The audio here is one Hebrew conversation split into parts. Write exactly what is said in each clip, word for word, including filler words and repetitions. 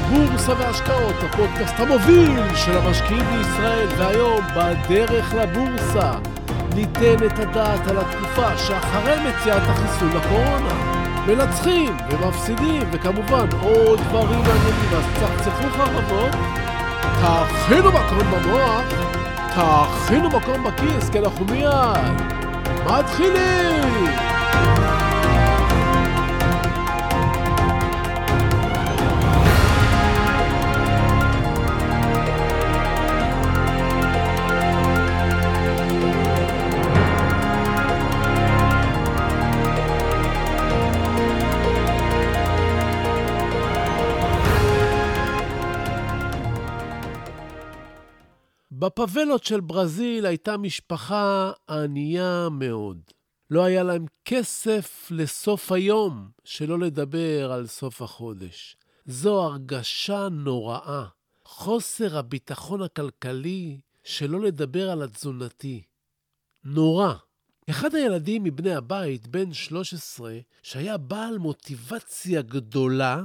בורסה והשקעות, הפודקאסט המוביל של המשקיעים בישראל, והיום בדרך לבורסה ניתן את הדעת על התקופה שאחרי מציאת החיסון לקורונה. מנצחים ומפסידים, וכמובן עוד דברים מעניינים, אז צחצחו חרבות, תכינו מקום במוח, תכינו מקום בכיס, כי אנחנו מיד מתחילים! בפאבלות של ברזיל הייתה משפחה ענייה מאוד. לא היה להם כסף לסוף היום, שלא לדבר על סוף החודש. זו הרגשה נוראה. חוסר הביטחון הכלכלי, שלא לדבר על התזונתי. נורא. אחד הילדים מבני הבית, בן שלוש עשרה, שהיה בעל מוטיבציה גדולה,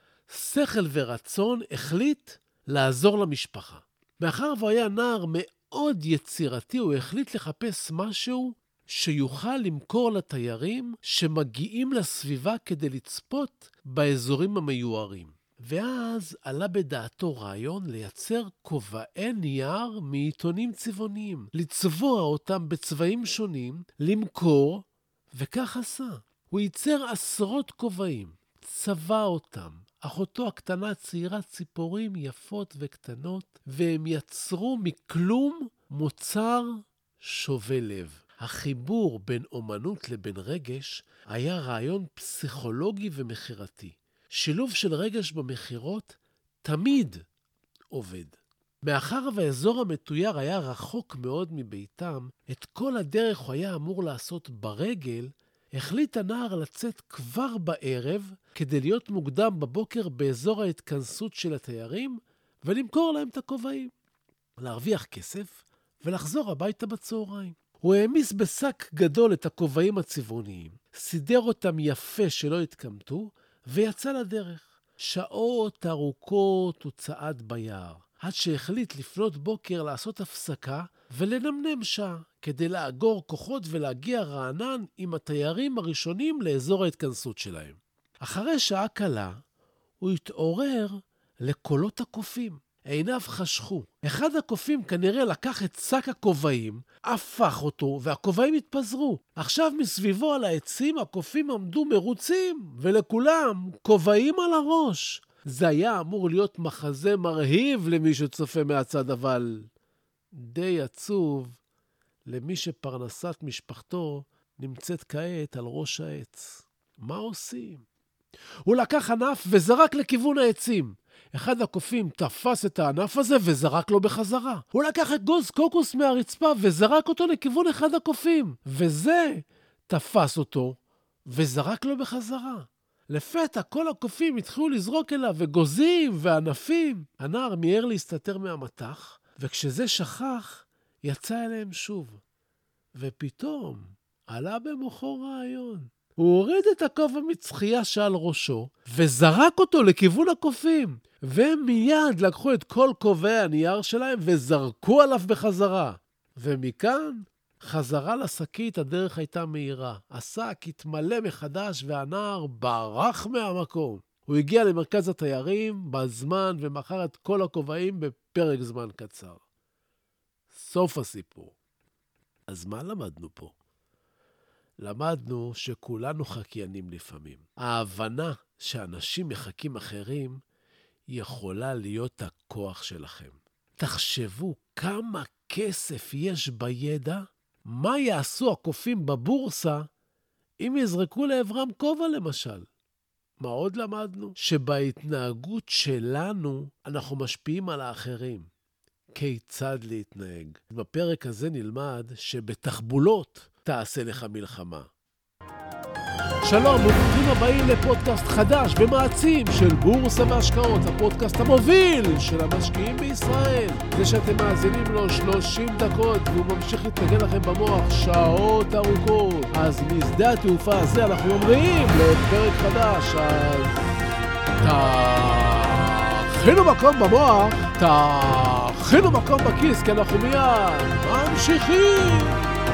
שכל ורצון, החליט לעזור למשפחה. מאחר והוא היה נער מאוד יצירתי, הוא החליט לחפש משהו שיוכל למכור לתיירים שמגיעים לסביבה כדי לצפות באזורים המיוערים. ואז עלה בדעתו רעיון לייצר כובעי נייר מעיתונים צבעוניים, לצבוע אותם בצבעים שונים, למכור, וכך עשה. הוא ייצר עשרות כובעים, צבע אותם. אחותו הקטנה ציירה ציפורים יפות וקטנות, והם יצרו מכלום מוצר שובה לב. החיבור בין אומנות לבין רגש היה רעיון פסיכולוגי ומחירתי. שילוב של רגש במחירות תמיד עובד. מאחר והאזור המתויר היה רחוק מאוד מביתם, את כל הדרך הוא היה אמור לעשות ברגל, החליט הנער לצאת כבר בערב כדי להיות מוקדם בבוקר באזור ההתכנסות של התיירים ולמכור להם את הכובעים. להרוויח כסף ולחזור הביתה בצהריים. הוא העמיס בשק גדול את הכובעים הצבעוניים, סידר אותם יפה שלא התקמטו ויצא לדרך. שעות ארוכות הוא צעד ביער, עד שהחליט לפנות בוקר לעשות הפסקה ולנמנם שעה, כדי לאגור כוחות ולהגיע רענן עם התיירים הראשונים לאזור ההתכנסות שלהם. אחרי שעה קלה, הוא התעורר לקולות הקופים. עיניו חשכו. אחד הקופים כנראה לקח את שק הכובעים, הפך אותו, והכובעים התפזרו. עכשיו מסביבו על העצים הקופים עמדו מרוצים, ולכולם כובעים על הראש. זה היה אמור להיות מחזה מרהיב למי שצופה מהצד, אבל די עצוב למי שפרנסת משפחתו נמצאת כעת על ראש העץ. מה עושים? הוא לקח ענף וזרק לכיוון העצים. אחד הקופים תפס את הענף הזה וזרק לו בחזרה. הוא לקח את גוז קוקוס מהרצפה וזרק אותו לכיוון אחד הקופים. וזה תפס אותו וזרק לו בחזרה. לפתע כל הקופים התחילו לזרוק אליו וגוזים וענפים. הנער מיהר להסתתר מהמטח, וכשזה שכח, יצא אליהם שוב. ופתאום עלה במוחו רעיון. הוא הוריד את הכובע מצחייה שעל ראשו, וזרק אותו לכיוון הקופים. והם מיד לקחו את כל כובעי הנייר שלהם וזרקו עליו בחזרה. ומכאן חזרה לשקית הדרך הייתה מהירה. השק התמלא מחדש והנער ברח מהמקום. הוא הגיע למרכז התיירים בזמן ומכר את כל הכובעים בפרק זמן קצר. סוף הסיפור. אז מה למדנו פה? למדנו שכולנו חקיינים לפעמים. ההבנה שאנשים מחקים אחרים יכולה להיות הכוח שלכם. תחשבו כמה כסף יש בידע, מה יעשו הקופים בבורסה אם יזרקו לעברם כובע למשל. מה עוד למדנו? שבהתנהגות שלנו אנחנו משפיעים על האחרים. כיצד להתנהג. בפרק הזה נלמד שבתחבולות תעשה לך מלחמה. שלום וברוכים הבאים לפודקאסט חדש ומעצים של בורסה והשקעות, הפודקאסט המוביל של המשקיעים בישראל. זה שאתם מאזינים לו שלושים דקות והוא ממשיך להתנגן לכם במוח שעות ארוכות. אז משדה התעופה הזה אנחנו אומרים לפרק חדש, אז תכינו מקום במוח, תכינו מקום בכיס, כי אנחנו מיד ממשיכים.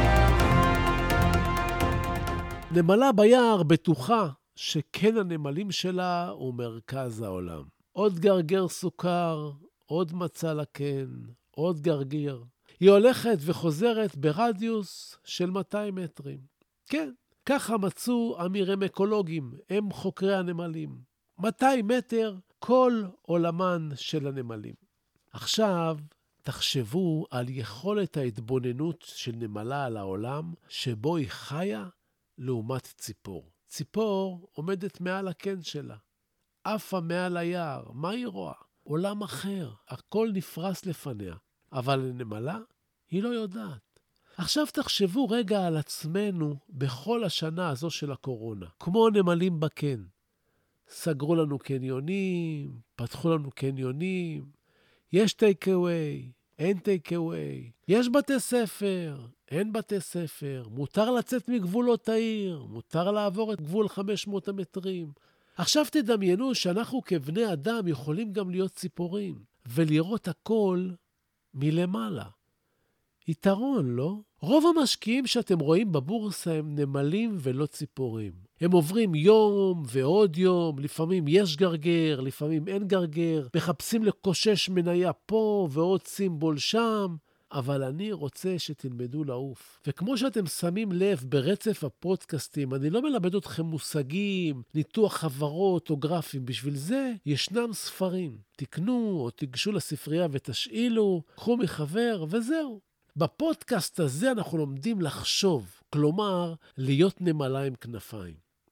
נמלה ביער בטוחה שכן הנמלים שלה הוא מרכז העולם. עוד גרגר סוכר, עוד מצא לקן, עוד גרגיר. היא הולכת וחוזרת ברדיוס של מאתיים מטרים. כן, ככה מצאו אמירמקולוגים, הם חוקרי הנמלים. מאתיים מטר כל עולמן של הנמלים. עכשיו תחשבו על יכולת ההתבוננות של נמלה על העולם שבו היא חיה לעומת ציפור. ציפור עומדת מעל הקן שלה, עפה מעל היער, מה היא רואה? עולם אחר, הכל נפרס לפניה. אבל לנמלה היא לא יודעת. עכשיו תחשבו רגע על עצמנו בכל השנה הזו של הקורונה. כמו נמלים בקן. סגרו לנו קניונים, פתחו לנו קניונים, יש טייק אווי, אין טייק אווי, יש בתי ספר, אין בתי ספר, מותר לצאת מגבולות העיר, מותר לעבור את גבול חמש מאות המטרים. עכשיו תדמיינו שאנחנו כבני אדם יכולים גם להיות ציפורים, ולראות הכל מלמעלה. יתרון, לא? רוב המשקיעים שאתם רואים בבורסה הם נמלים ולא ציפורים. הם עוברים יום ועוד יום, לפעמים יש גרגר, לפעמים אין גרגר, מחפשים לקושש מניה פה ועוד סימבול שם, אבל אני רוצה שתלמדו לעוף. וכמו שאתם שמים לב ברצף הפודקאסטים, אני לא מלמד אתכם מושגים, ניתוח חברות או גרפים, בשביל זה ישנם ספרים. תקנו או תיגשו לספרייה ותשאילו, קחו מחבר וזהו. בפודקאסט הזה אנחנו לומדים לחשוב, כלומר, להיות נמלה עם כנפיים.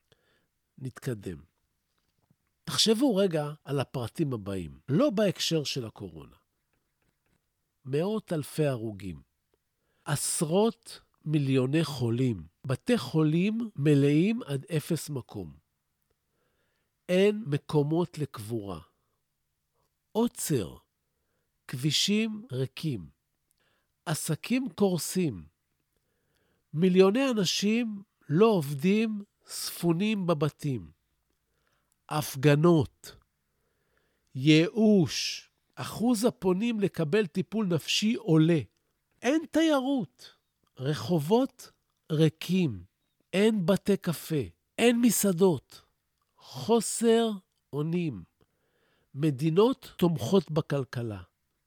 נתקדם. תחשבו רגע על הפרטים הבאים, לא בהקשר של הקורונה. מאות אלפי הרוגים, עשרות מיליוני חולים, בתי חולים מלאים עד אפס מקום. אין מקומות לקבורה. עוצר, כבישים ריקים. עסקים קורסים. מיליוני אנשים לא עובדים, ספונים בבתים. הפגנות. ייאוש. אחוז הפונים לקבל טיפול נפשי עולה. אין תיירות. רחובות ריקים. אין בתי קפה. אין מסעדות. חוסר אונים. מדינות תומכות בכלכלה.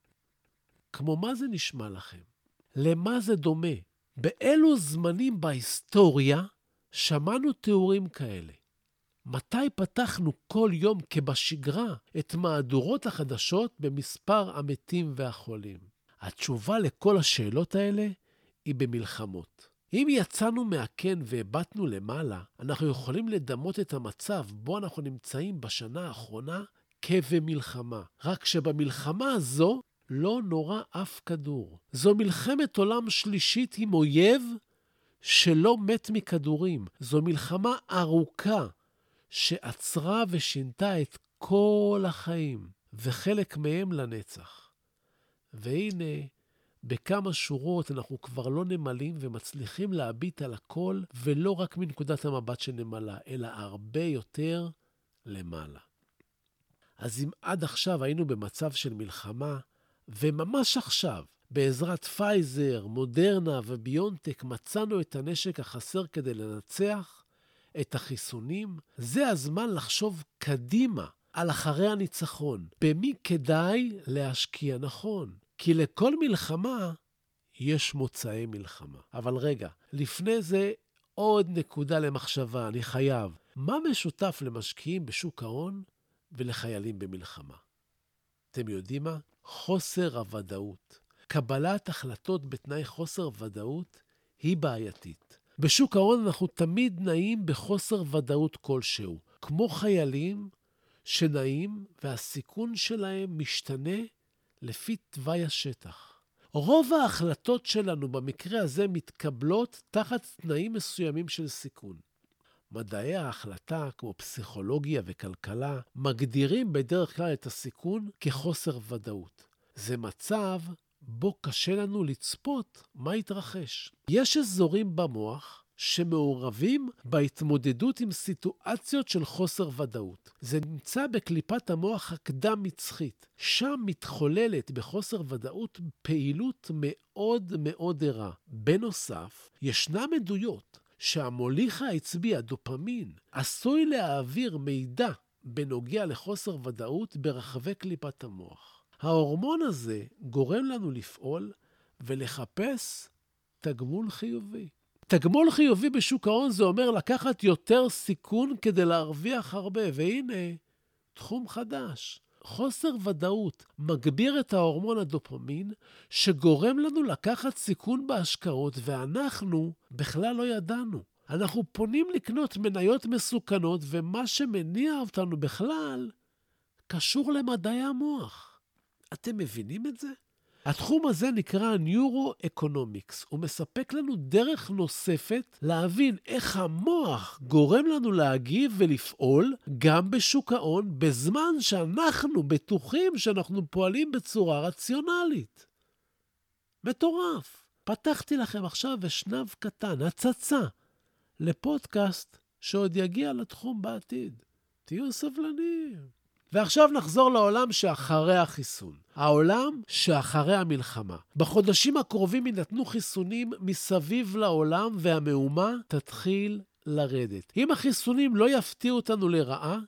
כמו מה זה נשמע לכם? למה זה דומה? באילו זמנים בהיסטוריה שמענו תיאורים כאלה? מתי פתחנו כל יום כבשגרה את מהדורות החדשות במספר המתים והחולים? התשובה לכל השאלות האלה היא במלחמות. אם יצאנו מהקן והבטנו למעלה, אנחנו יכולים לדמות את המצב בו אנחנו נמצאים בשנה האחרונה כבמלחמה. רק שבמלחמה הזו לא נורא אף כדור. זו מלחמת עולם שלישית עם אויב שלא מת מכדורים. זו מלחמה ארוכה שעצרה ושינתה את כל החיים, וחלק מהם לנצח. והנה, בכמה שורות אנחנו כבר לא נמלים ומצליחים להביט על הכל, ולא רק מנקודת המבט של נמלה, אלא הרבה יותר למעלה. אז אם עד עכשיו היינו במצב של מלחמה, וממש עכשיו, בעזרת פייזר, מודרנה וביונטק, מצאנו את הנשק החסר כדי לנצח את החיסונים, זה הזמן לחשוב קדימה על אחרי הניצחון. במי כדאי להשקיע נכון? כי לכל מלחמה יש מוצאי מלחמה. אבל רגע, לפני זה עוד נקודה למחשבה, אני חייב. מה משותף למשקיעים בשוק ההון ולחיילים במלחמה? אתם יודעים מה? חוסר הוודאות. קבלת החלטות בתנאי חוסר ודאות היא בעייתית. בשוק ההון אנחנו תמיד נעים בחוסר ודאות כלשהו, כמו חיילים שנעים והסיכון שלהם משתנה לפי תוואי השטח. רוב ההחלטות שלנו במקרה הזה מתקבלות תחת תנאים מסוימים של סיכון. מדעי ההחלטה, כמו פסיכולוגיה וכלכלה, מגדירים בדרך כלל את הסיכון כחוסר ודאות. זה מצב בו קשה לנו לצפות מה יתרחש. יש אזורים במוח שמעורבים בהתמודדות עם סיטואציות של חוסר ודאות. זה נמצא בקליפת המוח הקדם-מצחית. שם מתחוללת בחוסר ודאות פעילות מאוד מאוד ערה. בנוסף, ישנם עדויות שהמוליך העצבי, הדופמין, עשוי להעביר מידע בנוגע לחוסר ודאות ברחבי קליפת המוח. ההורמון הזה גורם לנו לפעול ולחפש תגמול חיובי. תגמול חיובי בשוק ההון זה אומר לקחת יותר סיכון כדי להרוויח הרבה, והנה, תחום חדש. חוסר ודאות מגביר את ההורמון הדופמין, שגורם לנו לקחת סיכון בהשקעות, ואנחנו בכלל לא ידענו. אנחנו פונים לקנות מניות מסוכנות, ומה שמניע אותנו בכלל קשור למדעי המוח. אתם מבינים את זה? התחום הזה נקרא Neuroeconomics. הוא מספק לנו דרך נוספת להבין איך המוח גורם לנו להגיב ולפעול גם בשוק ההון, בזמן שאנחנו בטוחים שאנחנו פועלים בצורה רציונלית. מטורף. פתחתי לכם עכשיו אשנב קטן, הצצה, לפודקאסט שעוד יגיע לתחום בעתיד. תהיו סבלניים. ועכשיו נחזור לעולם שאחרי החיסון. העולם שאחרי המלחמה. בחודשים הקרובים יינתנו חיסונים מסביב לעולם, והמהומה תתחיל לרדת. אם החיסונים לא יפתיעו אותנו לרעה,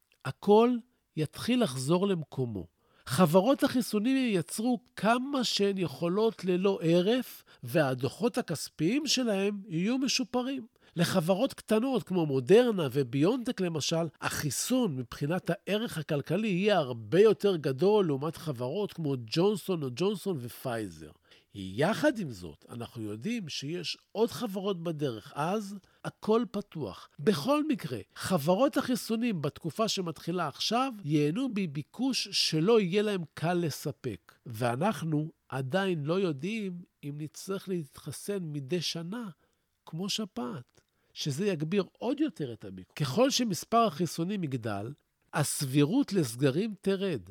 הכל יתחיל לחזור למקומו. חברות החיסונים ייצרו כמה שהן יכולות ללא ערף, והדוחות הכספיים שלהם יהיו משופרים. לחברות קטנות כמו מודרנה וביונטק למשל, החיסון מבחינת הערך הכלכלי יהיה הרבה יותר גדול לעומת חברות כמו ג'ונסון או ג'ונסון ופייזר. יחד עם זאת, אנחנו יודעים שיש עוד חברות בדרך, אז הכל פתוח. בכל מקרה, חברות החיסונים בתקופה שמתחילה עכשיו ייהנו בביקוש שלא יהיה להם קל לספק. ואנחנו עדיין לא יודעים אם נצטרך להתחסן מדי שנה כמו שפעת, שזה יגביר עוד יותר את הביקוש. ככל שמספר החיסונים יגדל, הסבירות לסגרים תרד.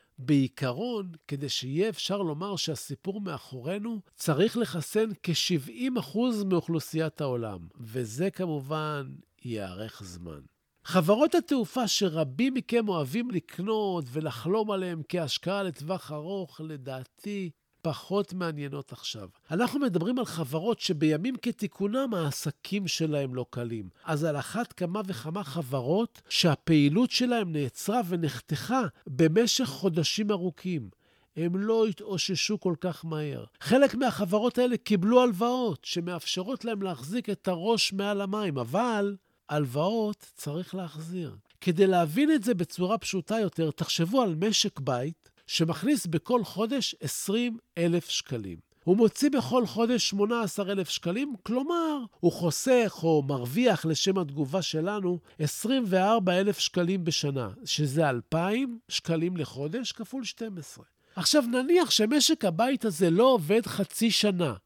בעיקרון, כדי שיהיה אפשר לומר שהסיפור מאחורינו, צריך לחסן כ-שבעים אחוז מאוכלוסיית העולם, וזה כמובן יארך זמן. חברות התעופה שרבים מכם אוהבים לקנות ולחלום עליהם כהשקעה לטווח ארוך, לדעתי, פחות מעניינות עכשיו. אנחנו מדברים על חברות שבימים כתיקונם העסקים שלהם לא קלים. אז על אחת כמה וכמה חברות שהפעילות שלהם נעצרה ונחתכה במשך חודשים ארוכים. הם לא התאוששו כל כך מהר. חלק מהחברות האלה קיבלו הלוואות שמאפשרות להם להחזיק את הראש מעל המים, אבל הלוואות צריך להחזיר. כדי להבין את זה בצורה פשוטה יותר, תחשבו על משק בית שמכניס בכל חודש עשרים אלף שקלים. הוא מוציא בכל חודש שמונה עשר אלף שקלים, כלומר, הוא חוסך או מרוויח לשם התגובה שלנו עשרים וארבעה אלף שקלים בשנה, שזה אלפיים שקלים לחודש כפול שתים עשרה. עכשיו נניח שמשק הבית הזה לא עובד חצי שנה.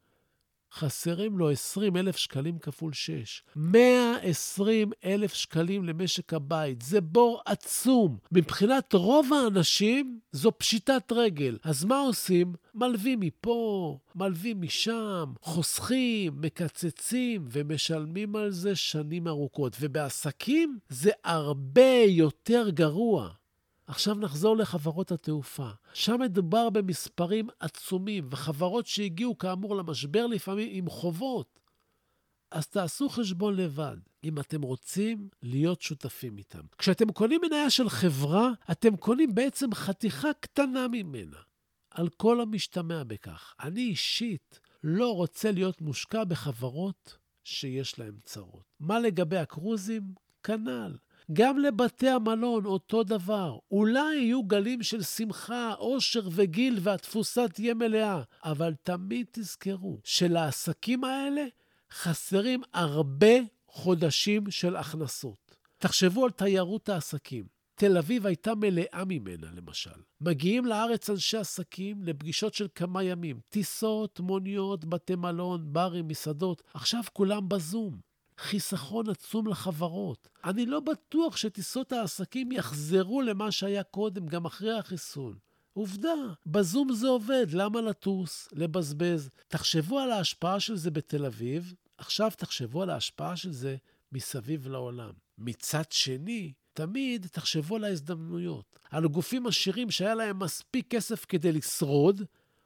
חסרים לו עשרים אלף שקלים כפול שש. מאה ועשרים אלף שקלים למשק הבית. זה בור עצום. מבחינת רוב האנשים, זו פשיטת רגל. אז מה עושים? מלווים מפה, מלווים משם, חוסכים, מקצצים ומשלמים על זה שנים ארוכות. ובעסקים זה הרבה יותר גרוע. עכשיו נחזור לחברות התעופה. שם מדובר במספרים עצומים, וחברות שהגיעו כאמור למשבר לפעמים עם חובות. אז תעשו חשבון לבד, אם אתם רוצים להיות שותפים איתם. כשאתם קונים מניה של חברה, אתם קונים בעצם חתיכה קטנה ממנה, על כל המשתמע בכך. אני אישית לא רוצה להיות מושקע בחברות שיש להם צרות. מה לגבי הקרוזים? כנ"ל. גם לבתי המלון אותו דבר. אולי יהיו גלים של שמחה, עושר וגיל והתפוסה תהיה מלאה. אבל תמיד תזכרו שלעסקים האלה חסרים הרבה חודשים של הכנסות. תחשבו על תיירות העסקים. תל אביב הייתה מלאה ממנה למשל. מגיעים לארץ אנשי עסקים לפגישות של כמה ימים. טיסות, מוניות, בתי מלון, ברים, מסעדות. עכשיו כולם בזום. חיסכון עצום לחברות. אני לא בטוח שטיסות העסקים יחזרו למה שהיה קודם, גם אחרי החיסון. עובדה, בזום זה עובד, למה לטוס, לבזבז? תחשבו על ההשפעה של זה בתל אביב, עכשיו תחשבו על ההשפעה של זה מסביב לעולם. מצד שני, תמיד תחשבו על ההזדמנויות. על גופים עשירים שהיה להם מספיק כסף כדי לשרוד,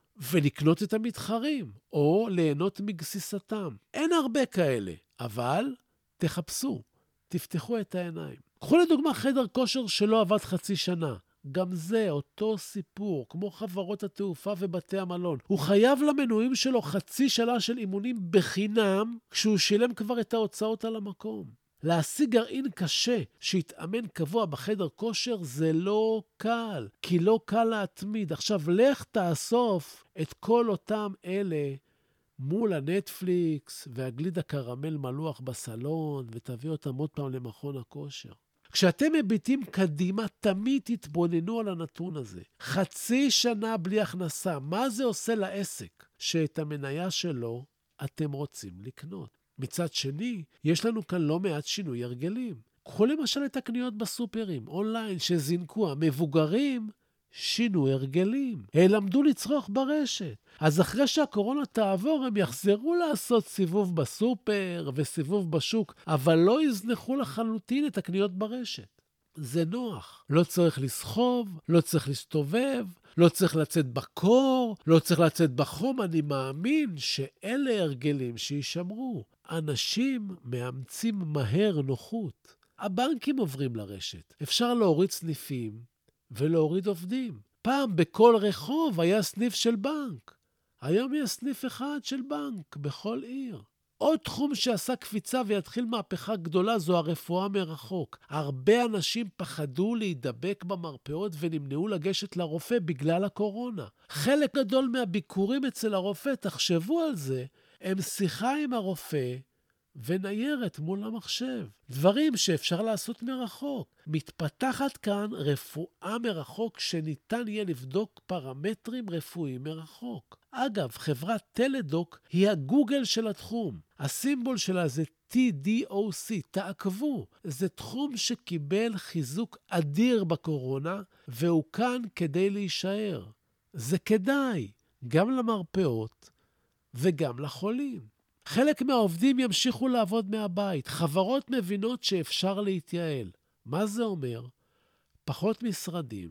ולקנות את המתחרים, או ליהנות מגסיסתם. אין הרבה כאלה, אבל תחפשו, תפתחו את העיניים. קחו לדוגמה חדר כושר שלא עבד חצי שנה. גם זה אותו סיפור, כמו חברות התעופה ובתי המלון. הוא חייב למנויים שלו חצי שנה של אימונים בחינם, כשהוא שילם כבר את ההוצאות על המקום. להשיג גרעין קשה שיתאמן קבוע בחדר כושר זה לא קל, כי לא קל להתמיד. עכשיו לך תאסוף את כל אותם אלה מול הנטפליקס והגליד הקרמל מלוח בסלון, ותביא אותם עוד פעם למכון הכושר. כשאתם מביטים קדימה, תמיד תתבוננו על הנתון הזה. חצי שנה בלי הכנסה, מה זה עושה לעסק שאת המניה שלו אתם רוצים לקנות? מצד שני, יש לנו כאן לא מעט שינוי הרגלים. קחו למשל את הקניות בסופרים, אונליין, שזינקו. המבוגרים שינו הרגלים. הם למדו לצרוך ברשת. אז אחרי שהקורונה תעבור, הם יחזרו לעשות סיבוב בסופר וסיבוב בשוק, אבל לא יזנחו לחלוטין את הקניות ברשת. זה נוח. לא צריך לסחוב, לא צריך להסתובב, לא צריך לצאת בקור, לא צריך לצאת בחום. אני מאמין שאלה הרגלים שישמרו. אנשים מאמצים מהר נוחות. הבנקים עוברים לרשת. אפשר להוריד סניפים ולהוריד עובדים. פעם בכל רחוב היה סניף של בנק. היום יש סניף אחד של בנק בכל עיר. עוד תחום שעשה קפיצה ויתחיל מהפכה גדולה זו הרפואה מרחוק. הרבה אנשים פחדו להידבק במרפאות ונמנעו לגשת לרופא בגלל הקורונה. חלק גדול מהביקורים אצל הרופא, תחשבו על זה, הם שיחה עם הרופא וניירת מול המחשב. דברים שאפשר לעשות מרחוק. מתפתחת כאן רפואה מרחוק שניתן יהיה לבדוק פרמטרים רפואיים מרחוק. אגב, חברת טלדוק היא הגוגל של התחום. הסימבול שלה זה טי די או סי, תעקבו. זה תחום שקיבל חיזוק אדיר בקורונה, והוא כאן כדי להישאר. זה כדאי, גם למרפאות וגם לחולים. חלק מהעובדים ימשיכו לעבוד מהבית. חברות מבינות שאפשר להתייעל. מה זה אומר? פחות משרדים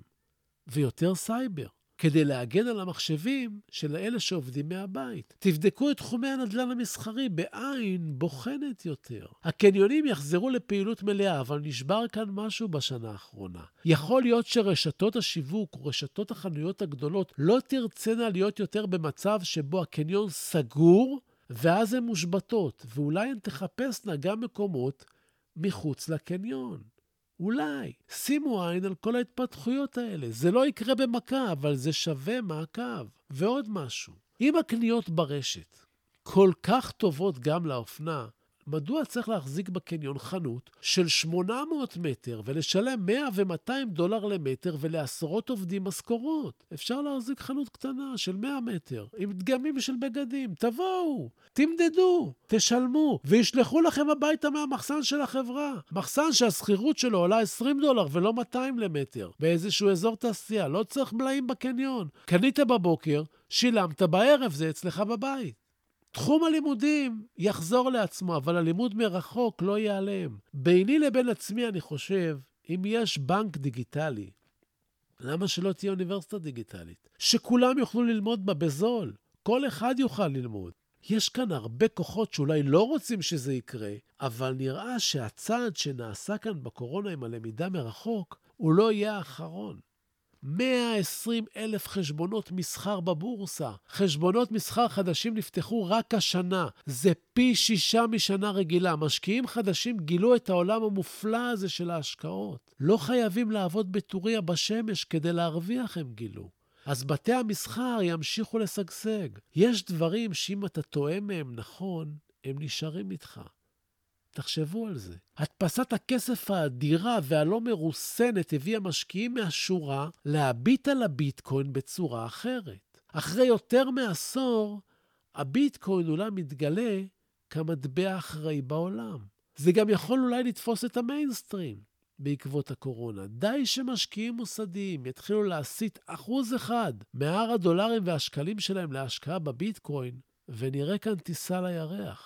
ויותר סייבר, כדי להגן על המחשבים של אלה שעובדים מהבית. תבדקו את תחומי הנדל"ן המסחרי בעין בוחנת יותר. הקניונים יחזרו לפעילות מלאה, אבל נשבר כאן משהו בשנה האחרונה. יכול להיות שרשתות השיווק או רשתות החנויות הגדולות לא תרצנה להיות יותר במצב שבו הקניון סגור, ואז הן מושבתות, ואולי הן תחפשנה גם מקומות מחוץ לקניון. אולי. שימו עין על כל ההתפתחויות האלה. זה לא יקרה במכה, אבל זה שווה מעקב. ועוד משהו. אם הקניות ברשת כל כך טובות גם לאופנה, מדוע צריך להחזיק בקניון חנות של שמונה מאות מטר ולשלם מאה ומאתיים דולר למטר ולעשרות עובדים משכורות? אפשר להחזיק חנות קטנה של מאה מטר עם דגמים של בגדים. תבואו, תמדדו, תשלמו וישלחו לכם הביתה מהמחסן של החברה. מחסן שהסחירות שלו עולה עשרים דולר ולא מאתיים למטר באיזשהו אזור תעשייה. לא צריך מלאים בקניון. קנית בבוקר, שילמת בערב, זה אצלך בבית. תחום הלימודים יחזור לעצמו, אבל הלימוד מרחוק לא ייעלם. ביני לבין עצמי אני חושב, אם יש בנק דיגיטלי, למה שלא תהיה אוניברסיטה דיגיטלית? שכולם יוכלו ללמוד בה בזול. כל אחד יוכל ללמוד. יש כאן הרבה כוחות שאולי לא רוצים שזה יקרה, אבל נראה שהצעד שנעשה כאן בקורונה עם הלמידה מרחוק, הוא לא יהיה האחרון. מאה ועשרים אלף חשבונות מסחר בבורסה. חשבונות מסחר חדשים נפתחו רק השנה. זה פי שישה משנה רגילה. משקיעים חדשים גילו את העולם המופלא הזה של ההשקעות. לא חייבים לעבוד בטוריה בשמש כדי להרוויח, הם גילו. אז בתי המסחר ימשיכו לשגשג. יש דברים שאם אתה טועה מהם נכון, הם נשארים איתך. תחשבו על זה. הדפסת הכסף האדירה והלא מרוסנת הביאה משקיעים מהשורה להביט על הביטקוין בצורה אחרת. אחרי יותר מעשור, הביטקוין אולי מתגלה כמטבע אחראי בעולם. זה גם יכול אולי לתפוס את המיינסטרים בעקבות הקורונה. די שמשקיעים מוסדיים יתחילו להסיט אחוז אחד מהר הדולרים והשקלים שלהם להשקעה בביטקוין, ונראה כאן טיסה לירח.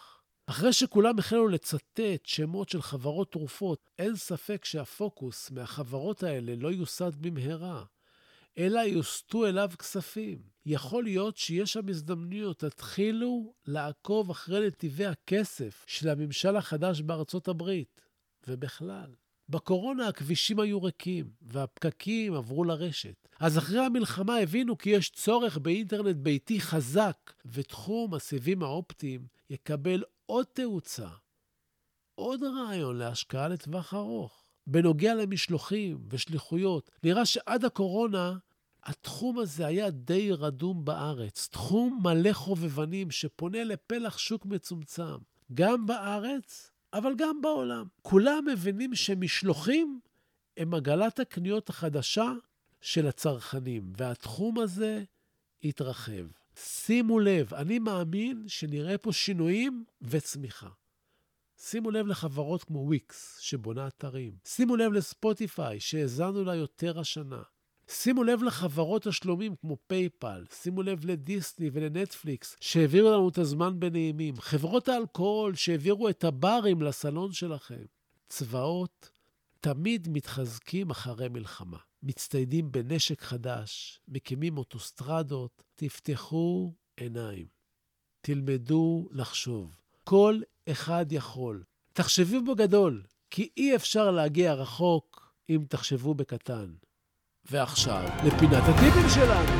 אחרי שכולם החלו לצטט שמות של חברות תרופות, אין ספק שהפוקוס מהחברות האלה לא יוסד במהרה, אלא יוסטו אליו כספים. יכול להיות שיש שם הזדמנויות, תתחילו לעקוב אחרי נתיבי הכסף של הממשל החדש בארצות הברית, ובכלל. בקורונה הכבישים היו ריקים, והפקקים עברו לרשת. אז אחרי המלחמה הבינו כי יש צורך באינטרנט ביתי חזק, ותחום הסיבים האופטיים יקבל עוד תאוצה. עוד רעיון להשקעה לטווח ארוך. בנוגע למשלוחים ושליחויות, נראה שעד הקורונה התחום הזה היה די רדום בארץ. תחום מלא חובבנים שפונה לפלח שוק מצומצם. גם בארץ, אבל גם בעולם. כולם מבינים שמשלוחים הם עגלת הקניות החדשה של הצרכנים, והתחום הזה יתרחב. שימו לב, אני מאמין שנראה פה שינויים וצמיחה. שימו לב לחברות כמו וויקס, שבונה אתרים. שימו לב לספוטיפיי, שהזנו לה יותר השנה. שימו לב לחברות השלומים כמו פייפל. שימו לב לדיסני ולנטפליקס, שהעבירו לנו את הזמן בנעימים. חברות האלכוהול שהעבירו את הברים לסלון שלכם. צבאות תמיד מתחזקים אחרי מלחמה. מצטיידים בנשק חדש, מקימים אוטוסטרדות. תפתחו עיניים. תלמדו לחשוב. כל אחד יכול. תחשבו בגדול, כי אי אפשר להגיע רחוק אם תחשבו בקטן. ועכשיו, לפינת הטיפים שלנו.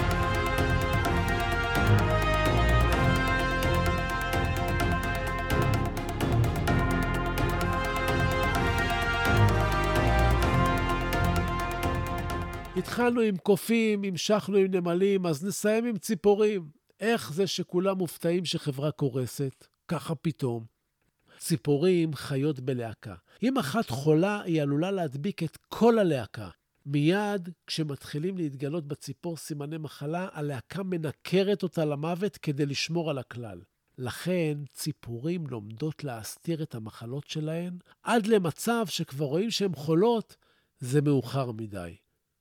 התחלנו עם קופים, המשכנו עם נמלים, אז נסיים עם ציפורים. איך זה שכולם מופתעים שחברה קורסת? ככה פתאום. ציפורים חיות בלהקה. אם אחת חולה, היא עלולה להדביק את כל הלהקה. מיד כשמתחילים להתגלות בציפור סימני מחלה, הלהקה מנקרת אותה למוות כדי לשמור על הכלל. לכן ציפורים לומדות להסתיר את המחלות שלהן, עד למצב שכבר רואים שהן חולות, זה מאוחר מדי.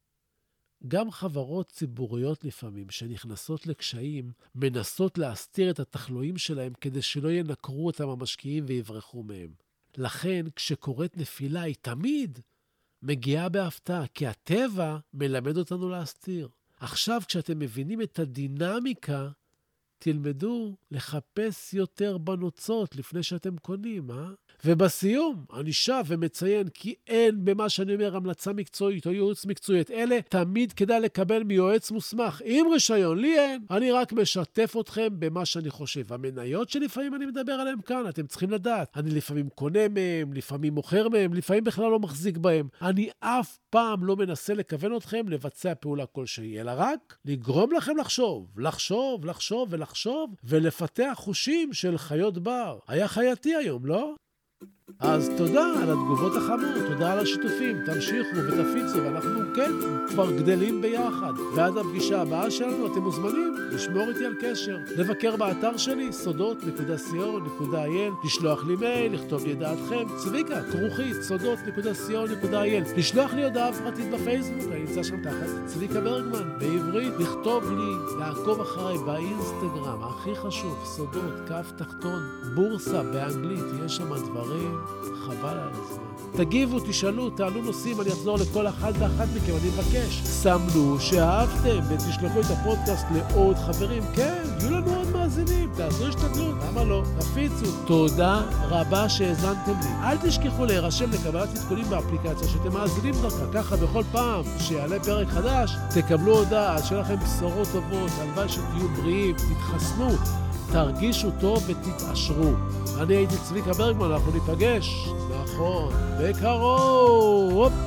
גם חברות ציבוריות לפעמים שנכנסות לקשיים, מנסות להסתיר את התחלואים שלהם כדי שלא ינקרו אותם המשקיעים ויברחו מהם. לכן כשקורית נפילה היא תמיד מגיעה בהפתעה, כי הטבע מלמד אותנו להסתיר. עכשיו כשאתם מבינים את הדינמיקה, תלמדו לחפש יותר בנוצות לפני שאתם קונים, אה? ובסיום, אני שב ומציין כי אין במה שאני אומר המלצה מקצועית או ייעוץ מקצועית. אלה תמיד כדאי לקבל מיועץ מוסמך. עם רישיון, לי אין. אני רק משתף אתכם במה שאני חושב. המניות שלפעמים אני מדבר עליהם כאן, אתם צריכים לדעת. אני לפעמים קונה מהם, לפעמים מוכר מהם, לפעמים בכלל לא מחזיק בהם. אני אף פעם לא מנסה לכוון אתכם לבצע פעולה כלשהי, אלא רק לגרום לכם לחשוב, לחשוב, לחשוב ולחשוב, ולפתח חושים של חיות בר. היה חייתי היום, לא? אז תודה על התגובות החמות, תודה על השיתופים, תמשיכו ותפיצו, ואנחנו כן כבר גדלים ביחד. ועד הפגישה הבאה שלנו אתם מוזמנים לשמור איתי על קשר, לבקר באתר שלי סודות נקודה סי או נקודה איי אל, לשלוח לי מייל, לכתוב לי את דעתכם, צביקה, כרוכית, סודות נקודה סי או נקודה איי אל, לשלוח לי הודעה פרטית בפייסבוק, אני נמצא שם תחת צביקה ברגמן, בעברית, לכתוב לי, לעקוב אחריי באינסטגרם, הכי חשוב, סודות, כף תחתון, בורסה באנגלית, יש שם דברים חבל על הזמן. תגיבו, תשאלו, תעלו נושאים, אני אחזור לכל אחד ואחת מכם, אני מבקש. סמנו שאהבתם ותשלחו את הפודקאסט לעוד חברים. כן, יהיו לנו עוד מאזינים, תעשו השתדלות, למה לא? תפיצו. תודה רבה שהאזנתם לי. אל תשכחו להירשם לקבלת עדכונים באפליקציה שאתם מאזינים דרכה, ככה בכל פעם שיעלה פרק חדש, תקבלו הודעה, שיהיה לכם בשורות טובות, הלוואי שתהיו בריאים, תתחסנו, תרגישו טוב ותתעשרו. אני הייתי צביקה ברגמן, אנחנו ניפגש, נכון, בקרוב.